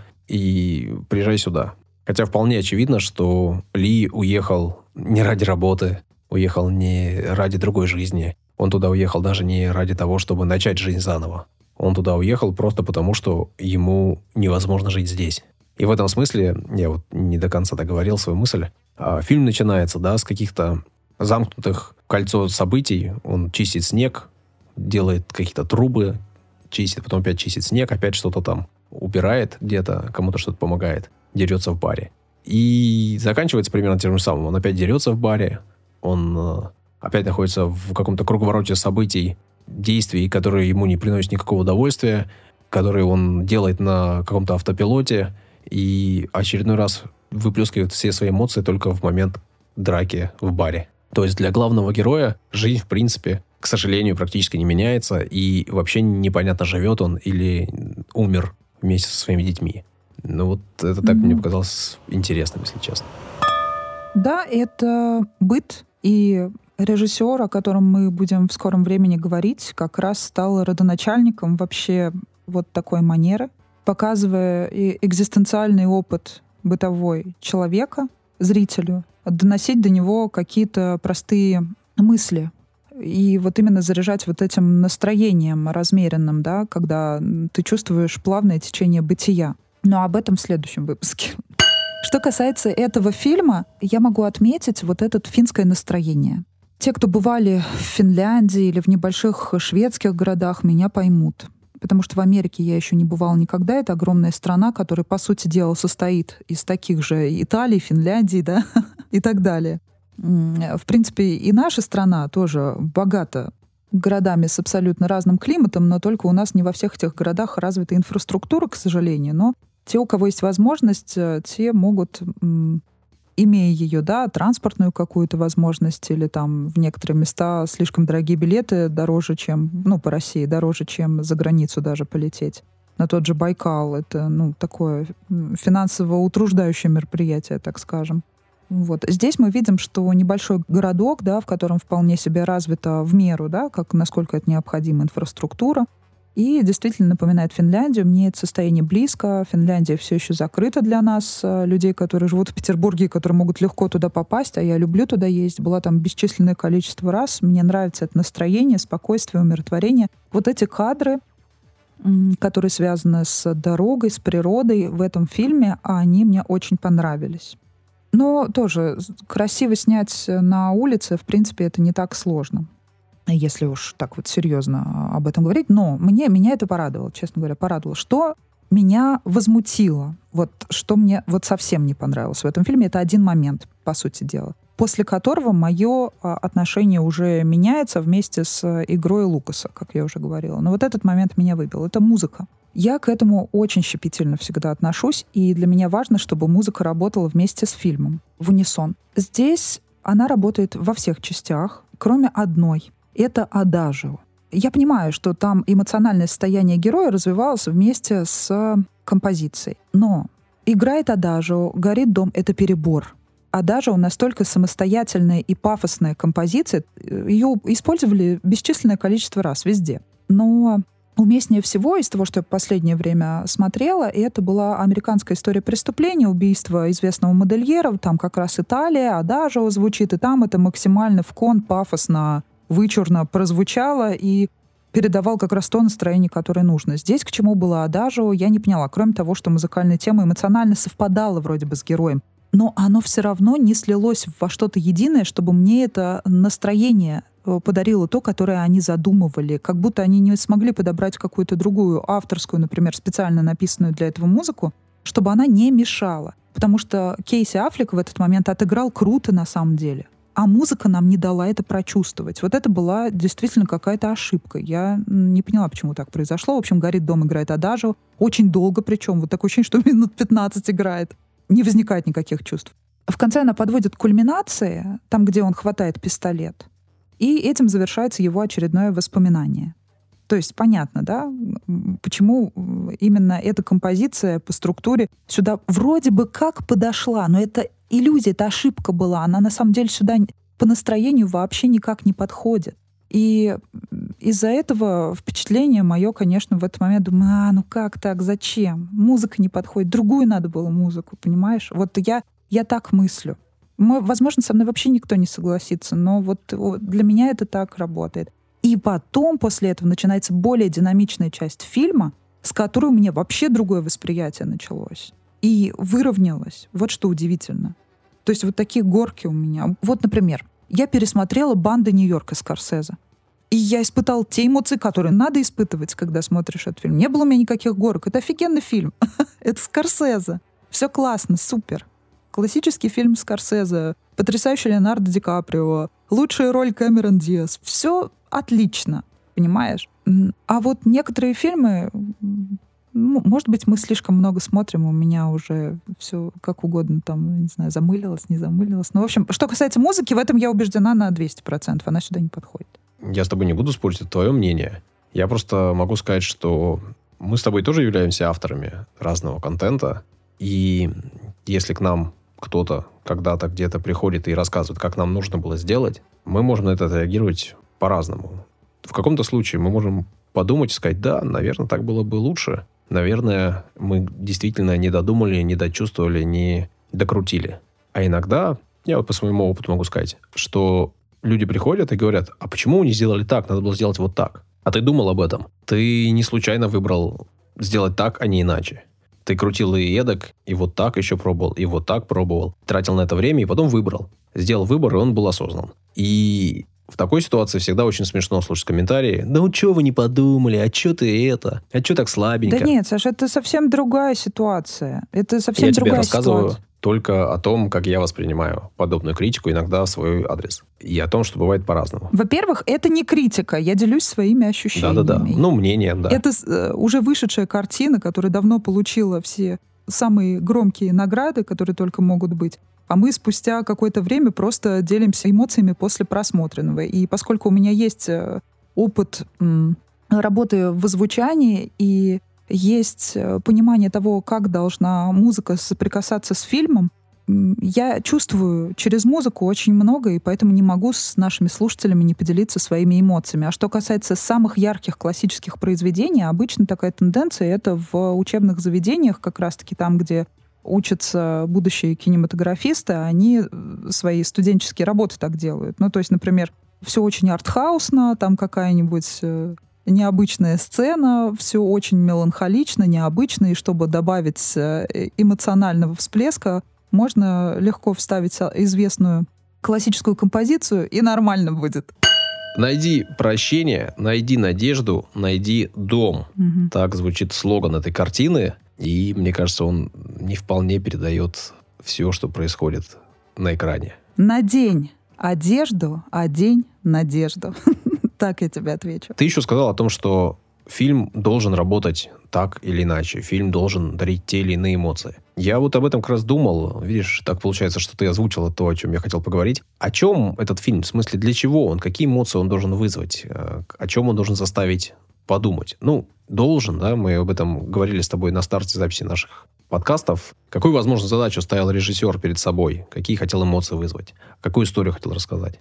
и приезжай сюда. Хотя вполне очевидно, что Ли уехал не ради работы, уехал не ради другой жизни. Он туда уехал даже не ради того, чтобы начать жизнь заново. Он туда уехал просто потому, что ему невозможно жить здесь. И в этом смысле, я вот не до конца договорил свою мысль, а фильм начинается, да, с каких-то замкнутых кольцо событий. Он чистит снег, делает какие-то трубы, чистит, потом опять чистит снег, опять что-то там убирает где-то, кому-то что-то помогает, дерется в баре. И заканчивается примерно тем же самым. Он опять дерется в баре, он э, опять находится в каком-то круговороте событий, действий, которые ему не приносят никакого удовольствия, которые он делает на каком-то автопилоте и очередной раз выплескивает все свои эмоции только в момент драки в баре. То есть для главного героя жизнь, в принципе, к сожалению, практически не меняется, и вообще непонятно, живет он или умер вместе со своими детьми. Ну вот это так mm-hmm. мне показалось интересным, если честно. Да, это быт, и режиссер, о котором мы будем в скором времени говорить, как раз стал родоначальником вообще вот такой манеры, показывая и экзистенциальный опыт бытовой человека зрителю, доносить до него какие-то простые мысли. И вот именно заряжать вот этим настроением размеренным, да, когда ты чувствуешь плавное течение бытия. Но об этом в следующем выпуске. Что касается этого фильма, я могу отметить вот это финское настроение. Те, кто бывали в Финляндии или в небольших шведских городах, меня поймут. Потому что в Америке я еще не бывала никогда. Это огромная страна, которая, по сути дела, состоит из таких же Италии, Финляндии, да, и так далее. В принципе, и наша страна тоже богата городами с абсолютно разным климатом, но только у нас не во всех этих городах развита инфраструктура, к сожалению. Но те, у кого есть возможность, те могут, имея ее, да, транспортную какую-то возможность, или там в некоторые места слишком дорогие билеты, дороже, чем, ну, по России, дороже, чем за границу даже полететь. На тот же Байкал. Это, ну, такое финансово утруждающее мероприятие, так скажем. Вот. Здесь мы видим, что небольшой городок, да, в котором вполне себе развита в меру, да, как, насколько это необходима инфраструктура, и действительно напоминает Финляндию. Мне это состояние близко. Финляндия все еще закрыта для нас, людей, которые живут в Петербурге, которые могут легко туда попасть, а я люблю туда ездить. Была там бесчисленное количество раз. Мне нравится это настроение, спокойствие, умиротворение. Вот эти кадры, которые связаны с дорогой, с природой в этом фильме, они мне очень понравились. Но тоже красиво снять на улице, в принципе, это не так сложно, если уж так вот серьезно об этом говорить. Но мне, меня это порадовало, честно говоря, порадовало. Что меня возмутило, вот что мне вот совсем не понравилось в этом фильме, это один момент, по сути дела, после которого мое отношение уже меняется вместе с игрой Лукаса, как я уже говорила. Но вот этот момент меня выбил. Это музыка. Я к этому очень щепетильно всегда отношусь, и для меня важно, чтобы музыка работала вместе с фильмом, в унисон. Здесь она работает во всех частях, кроме одной. Это адажио. Я понимаю, что там эмоциональное состояние героя развивалось вместе с композицией. Но играет адажио, горит дом — это перебор. Адажио настолько самостоятельная и пафосная композиция, ее использовали бесчисленное количество раз везде. Но уместнее всего из того, что я в последнее время смотрела, и это была американская история преступления, убийство известного модельера, там как раз Италия, адажио звучит, и там это максимально в кон, пафосно, вычурно прозвучало и передавал как раз то настроение, которое нужно. Здесь к чему было адажио, я не поняла, кроме того, что музыкальная тема эмоционально совпадала вроде бы с героем, но оно все равно не слилось во что-то единое, чтобы мне это настроение подарило то, которое они задумывали. Как будто они не смогли подобрать какую-то другую авторскую, например, специально написанную для этого музыку, чтобы она не мешала. Потому что Кейси Аффлек в этот момент отыграл круто на самом деле. А музыка нам не дала это прочувствовать. Вот это была действительно какая-то ошибка. Я не поняла, почему так произошло. В общем, «Горит дом» играет адажио. Очень долго причем. Вот такое ощущение, что минут пятнадцать играет. Не возникает никаких чувств. В конце она подводит к кульминации, там, где он хватает пистолет. И этим завершается его очередное воспоминание. То есть понятно, да, почему именно эта композиция по структуре сюда вроде бы как подошла, но это иллюзия, это ошибка была. Она на самом деле сюда по настроению вообще никак не подходит. И из-за этого впечатление мое, конечно, в этот момент думаю, а, ну как так, зачем? Музыка не подходит, другую надо было музыку, понимаешь? Вот я, я так мыслю. Возможно, со мной вообще никто не согласится, но вот для меня это так работает. И потом, после этого, начинается более динамичная часть фильма, с которой у меня вообще другое восприятие началось. И выровнялось. Вот что удивительно. То есть вот такие горки у меня. Вот, например, я пересмотрела «Банды Нью-Йорка» Скорсезе. И я испытала те эмоции, которые надо испытывать, когда смотришь этот фильм. Не было у меня никаких горок. Это офигенный фильм. Это Скорсезе. Все классно, супер. Классический фильм Скорсезе. Потрясающий Леонардо Ди Каприо. Лучшая роль Кэмерон Диаз. Все отлично, понимаешь? А вот некоторые фильмы, ну, может быть, мы слишком много смотрим, у меня уже все как угодно там, не знаю, замылилось, не замылилось. Ну, в общем, что касается музыки, в этом я убеждена на двести процентов. Она сюда не подходит. Я с тобой не буду спорить, это твое мнение. Я просто могу сказать, что мы с тобой тоже являемся авторами разного контента. И если к нам кто-то когда-то где-то приходит и рассказывает, как нам нужно было сделать, мы можем на это реагировать по-разному. В каком-то случае мы можем подумать и сказать, да, наверное, так было бы лучше. Наверное, мы действительно не додумали, не дочувствовали, не докрутили. А иногда, я вот по своему опыту могу сказать, что люди приходят и говорят, а почему не сделали так, надо было сделать вот так. А ты думал об этом. Ты не случайно выбрал сделать так, а не иначе. Ты крутил и эдак, и вот так еще пробовал, и вот так пробовал. Тратил на это время, и потом выбрал. Сделал выбор, и он был осознан. И в такой ситуации всегда очень смешно слушать комментарии. Ну, что вы не подумали? А что ты это? А что так слабенько? Да нет, Саша, это совсем другая ситуация. Это совсем Я другая тебе рассказываю ситуация. только о том, как я воспринимаю подобную критику иногда в свой адрес. И о том, что бывает по-разному. Во-первых, это не критика. Я делюсь своими ощущениями. Да-да-да. Ну, мнением, да. Это э, уже вышедшая картина, которая давно получила все самые громкие награды, которые только могут быть. А мы спустя какое-то время просто делимся эмоциями после просмотренного. И поскольку у меня есть опыт м, работы в озвучании и есть понимание того, как должна музыка соприкасаться с фильмом, м, я чувствую через музыку очень много, и поэтому не могу с нашими слушателями не поделиться своими эмоциями. А что касается самых ярких классических произведений, обычно такая тенденция — это в учебных заведениях, как раз-таки там, где учатся будущие кинематографисты, они свои студенческие работы так делают. Ну, то есть, например, все очень артхаусно, там какая-нибудь э, необычная сцена, все очень меланхолично, необычно, и чтобы добавить э, эмоционального всплеска, можно легко вставить известную классическую композицию, и нормально будет. Найди прощение, найди надежду, найди дом. Угу. Так звучит слоган этой картины. И, мне кажется, он не вполне передает все, что происходит на экране. Надень одежду, одень надежду. Так я тебе отвечу. Ты еще сказал о том, что фильм должен работать так или иначе. Фильм должен дарить те или иные эмоции. Я вот об этом как раз думал. Видишь, так получается, что ты озвучила то, о чем я хотел поговорить. О чем этот фильм? В смысле, для чего он? Какие эмоции он должен вызвать? О чем он должен заставить подумать? Ну, должен, да, мы об этом говорили с тобой на старте записи наших подкастов. Какую, возможно, задачу ставил режиссер перед собой? Какие хотел эмоции вызвать? Какую историю хотел рассказать?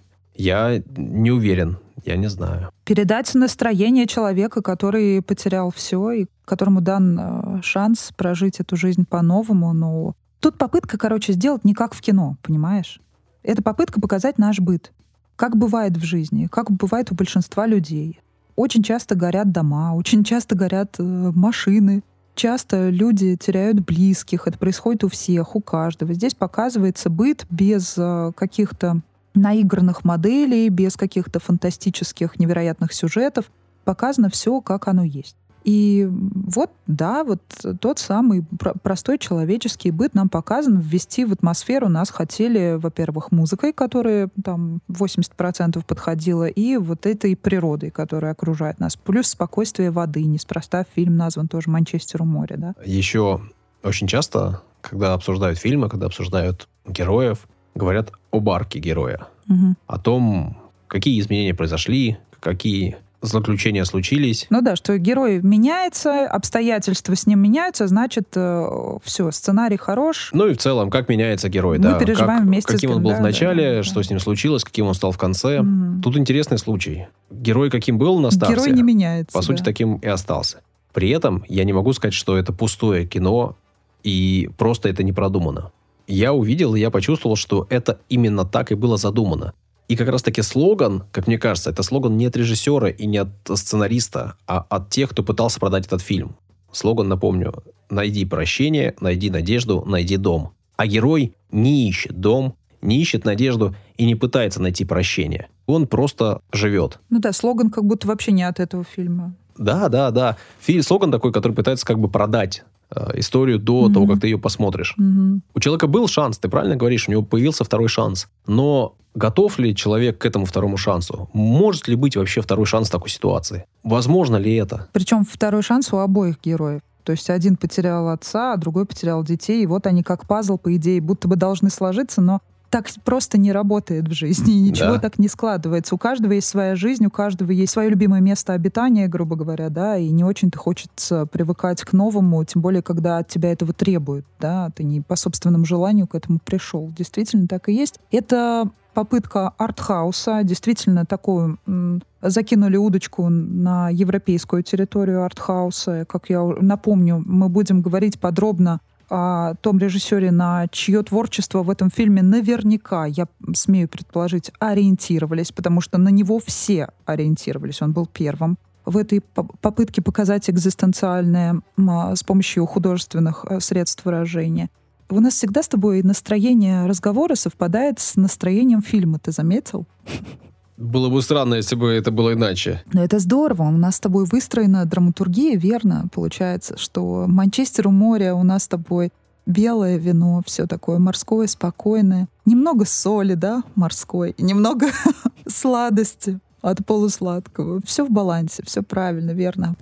Я не уверен, я не знаю. Передать настроение человека, который потерял все, и которому дан э, шанс прожить эту жизнь по-новому. Но тут попытка, короче, сделать не как в кино, понимаешь? Это попытка показать наш быт. Как бывает в жизни, как бывает у большинства людей. Очень часто горят дома, очень часто горят э, машины. Часто люди теряют близких. Это происходит у всех, у каждого. Здесь показывается быт без э, каких-то наигранных моделей, без каких-то фантастических невероятных сюжетов. Показано все, как оно есть. И вот, да, вот тот самый про- простой человеческий быт нам показан. Ввести в атмосферу нас хотели, во-первых, музыкой, которая там восемьдесят процентов подходила, и вот этой природой, которая окружает нас. Плюс спокойствие воды. Неспроста фильм назван тоже «Манчестер у моря», да? Еще очень часто, когда обсуждают фильмы, когда обсуждают героев, говорят об арке героя. Угу. О том, какие изменения произошли, какие злоключения случились. Ну да, что герой меняется, обстоятельства с ним меняются, значит, э, все, сценарий хорош. Ну и в целом, как меняется герой, Мы да. переживаем как, вместе каким с он был да, в начале, да, да, что да. с ним случилось, каким он стал в конце. Мгм. Тут интересный случай. Герой каким был на старте, Герой не меняется. по сути, да. таким и остался. При этом я не могу сказать, что это пустое кино, и просто это не продумано. Я увидел, и я почувствовал, что это именно так и было задумано. И как раз-таки слоган, как мне кажется, это слоган не от режиссера и не от сценариста, а от тех, кто пытался продать этот фильм. Слоган, напомню, «Найди прощение, найди надежду, найди дом». А герой не ищет дом, не ищет надежду и не пытается найти прощение. Он просто живет. Ну да, слоган как будто вообще не от этого фильма. Да, да, да. Фильм, слоган такой, который пытается как бы продать э, историю до Мгм. того, как ты ее посмотришь. Мгм. У человека был шанс, ты правильно говоришь, у него появился второй шанс. Но готов ли человек к этому второму шансу? Может ли быть вообще второй шанс в такой ситуации? Возможно ли это? Причем второй шанс у обоих героев. То есть один потерял отца, а другой потерял детей. И вот они как пазл, по идее, будто бы должны сложиться, но так просто не работает в жизни, и ничего Да. так не складывается. У каждого есть своя жизнь, у каждого есть свое любимое место обитания, грубо говоря, да, и не очень-то хочется привыкать к новому, тем более, когда от тебя этого требуют, да, ты не по собственному желанию к этому пришел. Действительно так и есть. Это попытка артхауса, действительно такую, м, закинули удочку на европейскую территорию артхауса. Как я напомню, мы будем говорить подробно о том режиссере, на чье творчество в этом фильме наверняка, я смею предположить, ориентировались, потому что на него все ориентировались, он был первым в этой попытке показать экзистенциальное с помощью художественных средств выражения. У нас всегда с тобой настроение разговора совпадает с настроением фильма, ты заметил? Было бы странно, если бы это было иначе. Но это здорово. У нас с тобой выстроена драматургия, верно? Получается, что «Манчестер у моря» у нас с тобой белое вино, все такое морское, спокойное. Немного соли, да, морской, и немного сладости от полусладкого. Все в балансе, все правильно, верно.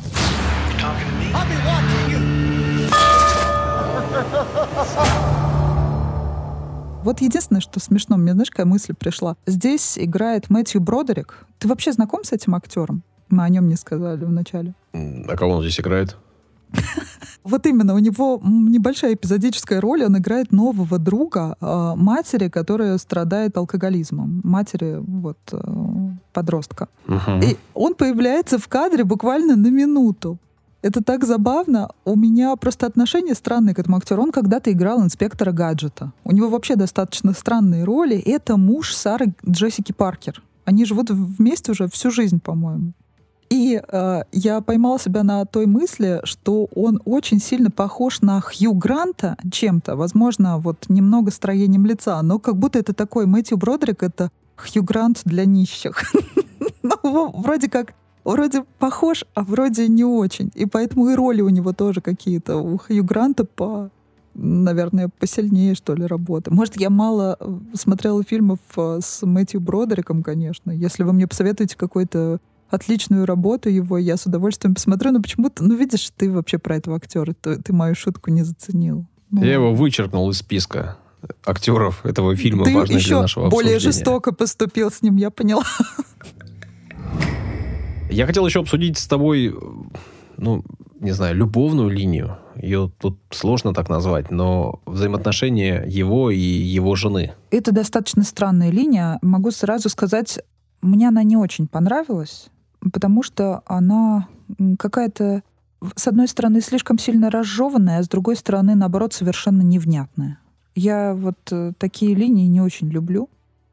Вот единственное, что смешно, мне, знаешь, какая мысль пришла. Здесь играет Мэтью Бродерик. Ты вообще знаком с этим актером? Мы о нем не сказали вначале. А кого он здесь играет? Вот именно, у него небольшая эпизодическая роль. Он играет нового друга э, матери, которая страдает алкоголизмом. Матери вот э, подростка. Угу. И он появляется в кадре буквально на минуту. Это так забавно. У меня просто отношение странное к этому актеру. Он когда-то играл инспектора Гаджета. У него вообще достаточно странные роли. Это муж Сары Джессики Паркер. Они живут вместе уже всю жизнь, по-моему. И э, я поймала себя на той мысли, что он очень сильно похож на Хью Гранта чем-то. Возможно, вот немного строением лица. Но как будто это такой Мэтью Бродерик — это Хью Грант для нищих. Ну, вроде как Вроде похож, а вроде не очень. И поэтому и роли у него тоже какие-то. У Хью Гранта по, наверное, посильнее, что ли, работы. Может, я мало смотрела фильмов с Мэтью Бродериком, конечно. Если вы мне посоветуете какую-то отличную работу его, я с удовольствием посмотрю. Но почему-то, ну, видишь, ты вообще про этого актера, ты, ты мою шутку не заценил. Ну, я его вычеркнул из списка актеров этого фильма, ты важных для нашего обсуждения. Ты более жестоко поступил с ним, я поняла. Я хотел еще обсудить с тобой, ну, не знаю, любовную линию. Ее тут сложно так назвать, но взаимоотношения его и его жены. Это достаточно странная линия. Могу сразу сказать, мне она не очень понравилась, потому что она какая-то, с одной стороны, слишком сильно разжеванная, а с другой стороны, наоборот, совершенно невнятная. Я вот такие линии не очень люблю,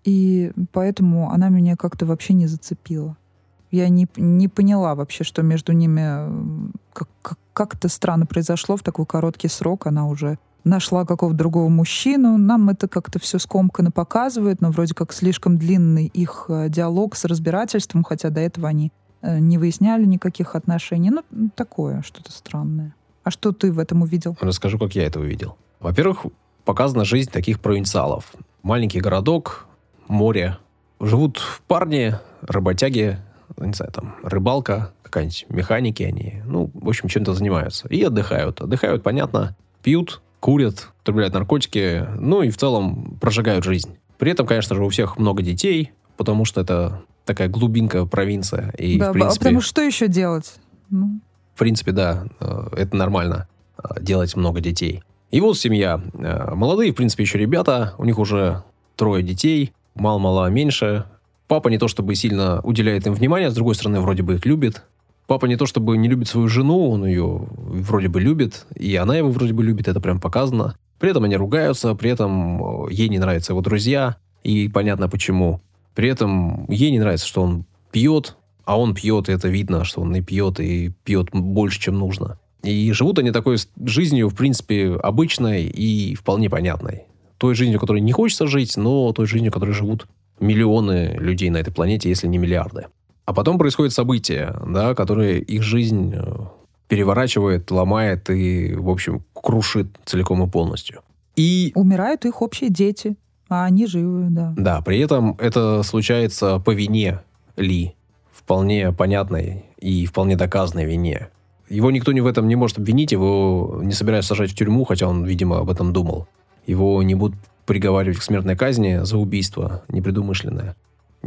и поэтому она меня как-то вообще не зацепила. Я не, не поняла вообще, что между ними как, как, как-то странно произошло в такой короткий срок. Она уже нашла какого-то другого мужчину. Нам это как-то все скомканно показывает, но вроде как слишком длинный их диалог с разбирательством, хотя до этого они не выясняли никаких отношений. Ну, такое, что-то странное. А что ты в этом увидел? Расскажу, как я это увидел. Во-первых, показана жизнь таких провинциалов. Маленький городок, море. Живут парни, работяги, не знаю, там, рыбалка, какая-нибудь механики они, ну, в общем, чем-то занимаются. И отдыхают. Отдыхают, понятно, пьют, курят, употребляют наркотики, ну и в целом прожигают жизнь. При этом, конечно же, у всех много детей, потому что это такая глубинка провинция. И, да, в принципе, потому что еще делать? Ну. В принципе, да, это нормально, делать много детей. И вот семья. Молодые, в принципе, еще ребята, у них уже трое детей, мало-мало меньше. Папа не то чтобы сильно уделяет им внимание, с другой стороны, вроде бы их любит. Папа не то чтобы не любит свою жену, он ее вроде бы любит, и она его вроде бы любит, это прям показано. При этом они ругаются, при этом ей не нравятся его друзья, и понятно почему. При этом ей не нравится, что он пьет, а он пьет, и это видно, что он и пьет, и пьет больше, чем нужно. И живут они такой жизнью, в принципе, обычной и вполне понятной. Той жизнью, которой не хочется жить, но той жизнью, которой живут миллионы людей на этой планете, если не миллиарды. А потом происходят события, да, которые их жизнь переворачивает, ломает и, в общем, крушит целиком и полностью. И умирают их общие дети, а они живы, да. Да, при этом это случается по вине Ли, вполне понятной и вполне доказанной вине. Его никто в этом не может обвинить, его не собираются сажать в тюрьму, хотя он, видимо, об этом думал. Его не будут приговаривать к смертной казни за убийство непредумышленное.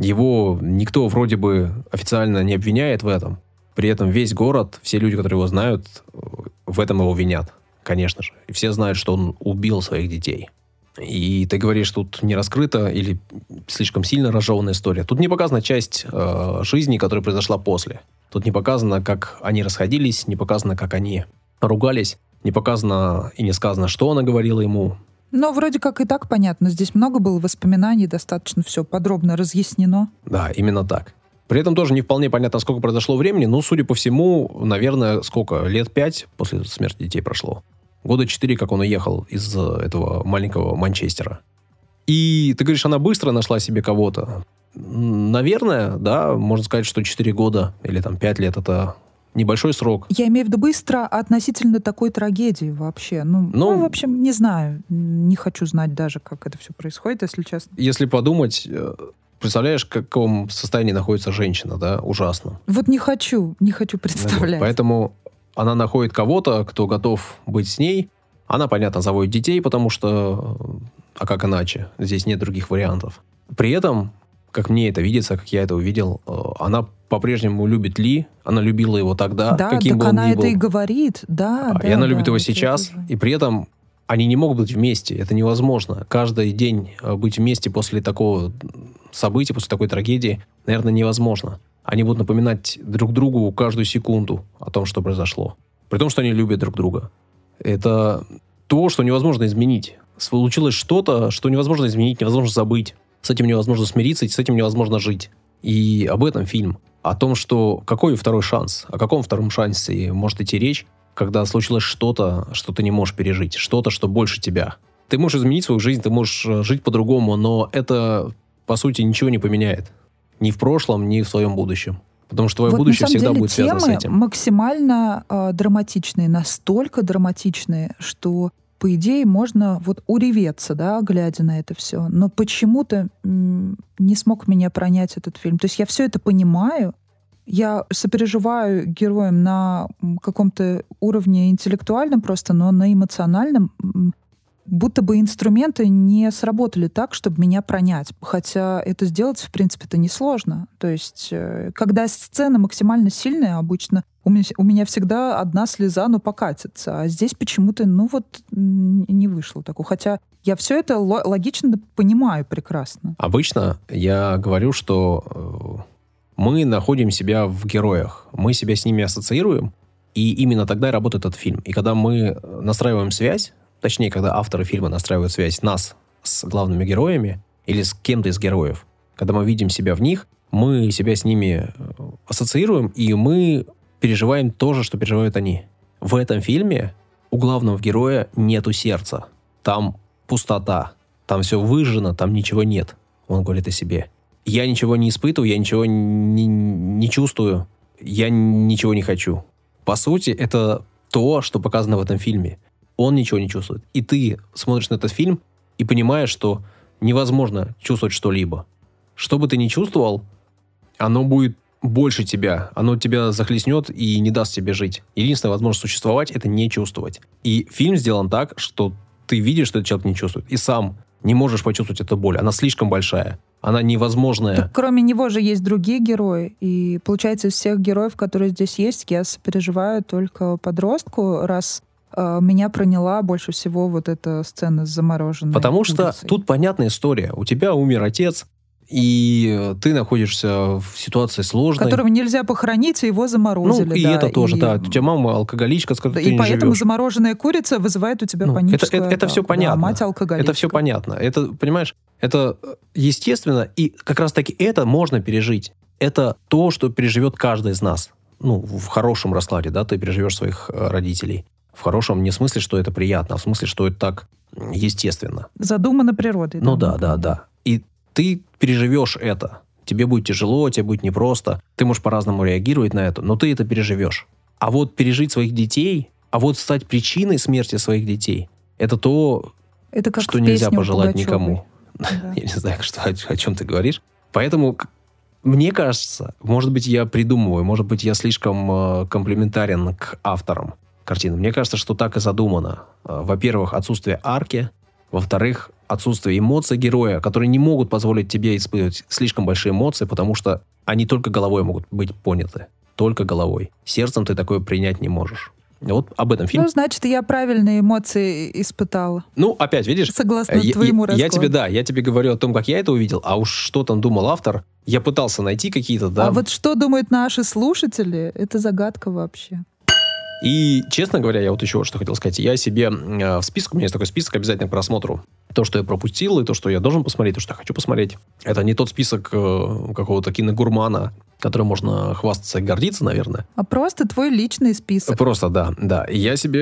Его никто вроде бы официально не обвиняет в этом. При этом весь город, все люди, которые его знают, в этом его винят, конечно же. И все знают, что он убил своих детей. И ты говоришь, тут не раскрыта или слишком сильно разжеванная история. Тут не показана часть э, жизни, которая произошла после. Тут не показано, как они расходились, не показано, как они ругались. Не показано и не сказано, что она говорила ему. Но вроде как и так понятно. Здесь много было воспоминаний, достаточно все подробно разъяснено. Да, именно так. При этом тоже не вполне понятно, сколько произошло времени, но, судя по всему, наверное, сколько? Лет пять после смерти детей прошло. Года четыре, как он уехал из этого маленького Манчестера. И ты говоришь, она быстро нашла себе кого-то. Наверное, да, можно сказать, что четыре года или там пять лет — это небольшой срок. Я имею в виду быстро относительно такой трагедии вообще. Ну, Ну, ну, в общем, не знаю. Не хочу знать даже, как это все происходит, если честно. Если подумать, э, представляешь, в каком состоянии находится женщина, да, ужасно. Вот не хочу, не хочу представлять. Поэтому она находит кого-то, кто готов быть с ней. Она, понятно, заводит детей, потому что... А как иначе? Здесь нет других вариантов. При этом, как мне это видится, как я это увидел, э, она по-прежнему любит Ли. Она любила его тогда, Да, каким так бы он она ни это был. и говорит. Да, А, да, и она да, любит его это сейчас. тоже. И при этом они не могут быть вместе. Это невозможно. Каждый день э, быть вместе после такого события, после такой трагедии, наверное, невозможно. Они будут напоминать друг другу каждую секунду о том, что произошло. При том, что они любят друг друга. Это то, что невозможно изменить. Случилось что-то, что невозможно изменить, невозможно забыть. С этим невозможно смириться, и с этим невозможно жить. И об этом фильм. О том, что какой второй шанс, о каком втором шансе может идти речь, когда случилось что-то, что ты не можешь пережить, что-то, что больше тебя. Ты можешь изменить свою жизнь, ты можешь жить по-другому, но это, по сути, ничего не поменяет. Ни в прошлом, ни в своем будущем. Потому что твое Вот будущее на самом всегда деле будет связано с темы этим. максимально э, драматичные, настолько драматичные, что, по идее, можно вот уреветься, да, глядя на это все. Но почему-то м, не смог меня пронять этот фильм. То есть я все это понимаю, я сопереживаю героям на каком-то уровне интеллектуальном просто, но на эмоциональном м, будто бы инструменты не сработали так, чтобы меня пронять. Хотя это сделать, в принципе-то, несложно. То есть, э, когда сцена максимально сильная, обычно у меня, у меня всегда одна слеза, ну, покатится. А здесь почему-то, ну, вот м, не вышло такого. Хотя я все это ло- логично понимаю прекрасно. Обычно я говорю, что э, мы находим себя в героях. Мы себя с ними ассоциируем, и именно тогда и работает этот фильм. И когда мы настраиваем связь, точнее, когда авторы фильма настраивают связь нас с главными героями или с кем-то из героев, когда мы видим себя в них, мы себя с ними ассоциируем, и мы переживаем то же, что переживают они. В этом фильме у главного героя нету сердца. Там пустота. Там все выжжено, там ничего нет. Он говорит о себе. Я ничего не испытываю, я ничего не, не чувствую, я ничего не хочу. По сути, это то, что показано в этом фильме. Он ничего не чувствует. И ты смотришь на этот фильм и понимаешь, что невозможно чувствовать что-либо. Что бы ты ни чувствовал, оно будет больше тебя. Оно тебя захлестнет и не даст тебе жить. Единственная возможность существовать — это не чувствовать. И фильм сделан так, что ты видишь, что этот человек не чувствует. И сам не можешь почувствовать эту боль. Она слишком большая. Она невозможная. Так, кроме него же есть другие герои. И получается, из всех героев, которые здесь есть, я сопереживаю только подростку, раз э, меня проняла больше всего вот эта сцена с замороженной Потому что курицей. тут понятная история. У тебя умер отец, и ты находишься в ситуации сложной. Которого нельзя похоронить, и его заморозили. Ну, и да, это тоже, и... да. У тебя мама алкоголичка, с которой Да, ты и не поэтому живешь. замороженная курица вызывает у тебя Ну, паническую это, это, это атаку. все понятно. Да, мать алкоголичка. Это все понятно. Это, понимаешь, это естественно, и как раз-таки это можно пережить. Это то, что переживет каждый из нас. Ну, в хорошем раскладе, да, ты переживешь своих э, родителей. В хорошем не в смысле, что это приятно, а в смысле, что это так естественно. Задумано природой. Ну да, да, да. И ты переживешь это. Тебе будет тяжело, тебе будет непросто. Ты можешь по-разному реагировать на это, но ты это переживешь. А вот пережить своих детей, а вот стать причиной смерти своих детей, это то, Это как что в нельзя песне у пожелать Пугачевой. никому. Да. Я не знаю, что, о, о чем ты говоришь. Поэтому, к- мне кажется, может быть, я придумываю, может быть, я слишком э, комплиментарен к авторам картины. Мне кажется, что так и задумано. Э, Во-первых, отсутствие арки. Во-вторых, отсутствие эмоций героя, которые не могут позволить тебе испытывать слишком большие эмоции, потому что они только головой могут быть поняты. Только головой. Сердцем ты такое принять не можешь. Вот об этом фильм. Ну, значит, я правильные эмоции испытала. Ну, опять, видишь, Согласно я, твоему я- я раскладу. тебе, да, я тебе говорю о том, как я это увидел, а уж что там думал автор, я пытался найти какие-то, да. А вот что думают наши слушатели, это загадка вообще. И, честно говоря, я вот еще что хотел сказать. Я себе в список, у меня есть такой список обязательно к просмотру. То, что я пропустил, и то, что я должен посмотреть, то, что я хочу посмотреть. Это не тот список какого-то киногурмана, которым можно хвастаться и гордиться, наверное. А просто твой личный список. Просто, да, да. Я себе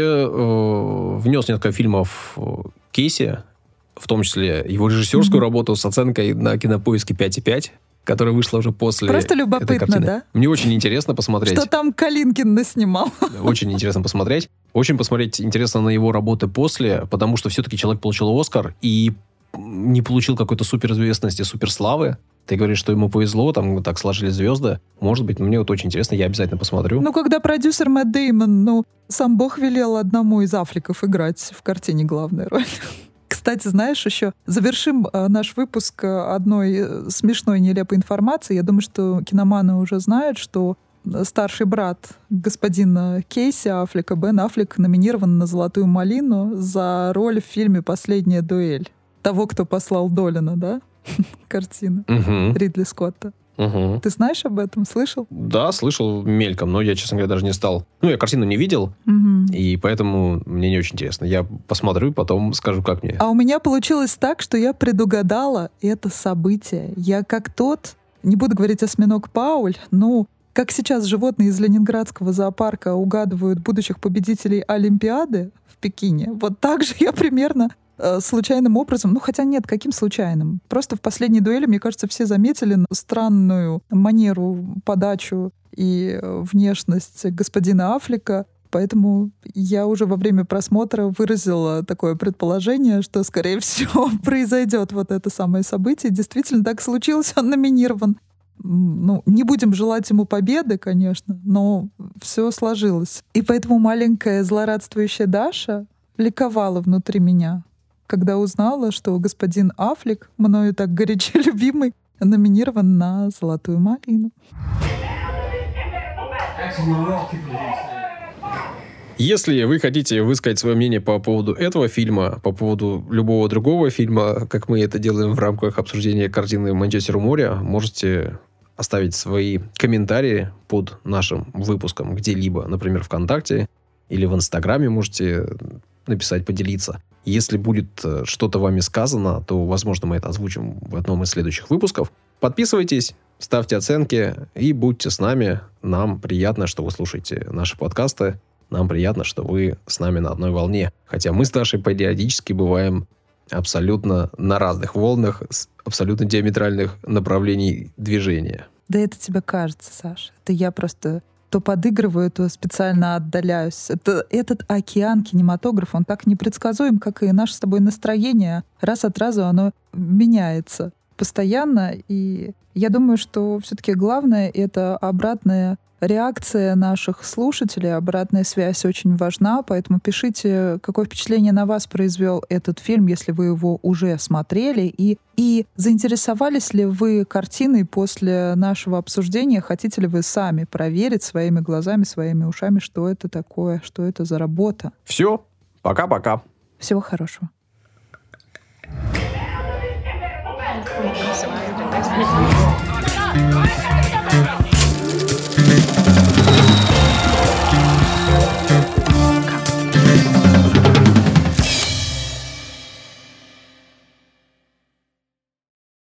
э, внес несколько фильмов Кейси, в том числе его режиссерскую mm-hmm. работу с оценкой на Кинопоиске пять и пять, которая вышла уже после Просто этой любопытно, картины. Да? Мне очень интересно посмотреть. Что там Калинкин наснимал. Очень интересно посмотреть. Очень посмотреть интересно на его работы после, потому что все-таки человек получил Оскар и не получил какой-то суперизвестности, суперславы. Ты говоришь, что ему повезло, там так сложились звезды. Может быть, мне вот очень интересно, я обязательно посмотрю. Ну, когда продюсер Мэтт Дэймон, ну, сам Бог велел одному из Аффлеков играть в картине главную роль. Кстати, знаешь, еще завершим э, наш выпуск одной смешной, нелепой информацией. Я думаю, что киноманы уже знают, что старший брат господина Кейси Аффлека, Бен Аффлек, номинирован на «Золотую малину» за роль в фильме «Последняя дуэль». Того, кто послал Долина, да? Картина угу. Ридли Скотта. Угу. Ты знаешь об этом? Слышал? Да, слышал мельком, но я, честно говоря, даже не стал. Ну, я картину не видел, угу. и поэтому мне не очень интересно. Я посмотрю, потом скажу, как мне. А у меня получилось так, что я предугадала это событие. Я как тот, не буду говорить осьминог Пауль, но как сейчас животные из Ленинградского зоопарка угадывают будущих победителей Олимпиады в Пекине, вот так же я примерно случайным образом, ну хотя нет, каким случайным? Просто в «Последней дуэли», мне кажется, все заметили странную манеру, подачу и внешность господина Аффлека, поэтому я уже во время просмотра выразила такое предположение, что, скорее всего, произойдет вот это самое событие. Действительно, так случилось, он номинирован. Ну, не будем желать ему победы, конечно, но все сложилось. И поэтому маленькая злорадствующая Даша ликовала внутри меня, когда узнала, что господин Аффлек, мною так горячо любимый, номинирован на «Золотую малину». Если вы хотите высказать свое мнение по поводу этого фильма, по поводу любого другого фильма, как мы это делаем в рамках обсуждения картины «Манчестер у моря», можете оставить свои комментарии под нашим выпуском где-либо, например, ВКонтакте или в Инстаграме можете написать, поделиться. Если будет что-то вами сказано, то, возможно, мы это озвучим в одном из следующих выпусков. Подписывайтесь, ставьте оценки и будьте с нами. Нам приятно, что вы слушаете наши подкасты. Нам приятно, что вы с нами на одной волне. Хотя мы с Дашей периодически бываем абсолютно на разных волнах, с абсолютно диаметральных направлений движения. Да это тебе кажется, Саша. Это я просто то подыгрываю, то специально отдаляюсь. Это, этот океан кинематографа, он так непредсказуем, как и наше с тобой настроение. Раз от разу оно меняется постоянно. И я думаю, что все-таки главное — это обратная реакция наших слушателей, обратная связь очень важна, поэтому пишите, какое впечатление на вас произвел этот фильм, если вы его уже смотрели, и, и заинтересовались ли вы картиной после нашего обсуждения, хотите ли вы сами проверить своими глазами, своими ушами, что это такое, что это за работа. Все, пока-пока. Всего хорошего. Thank you.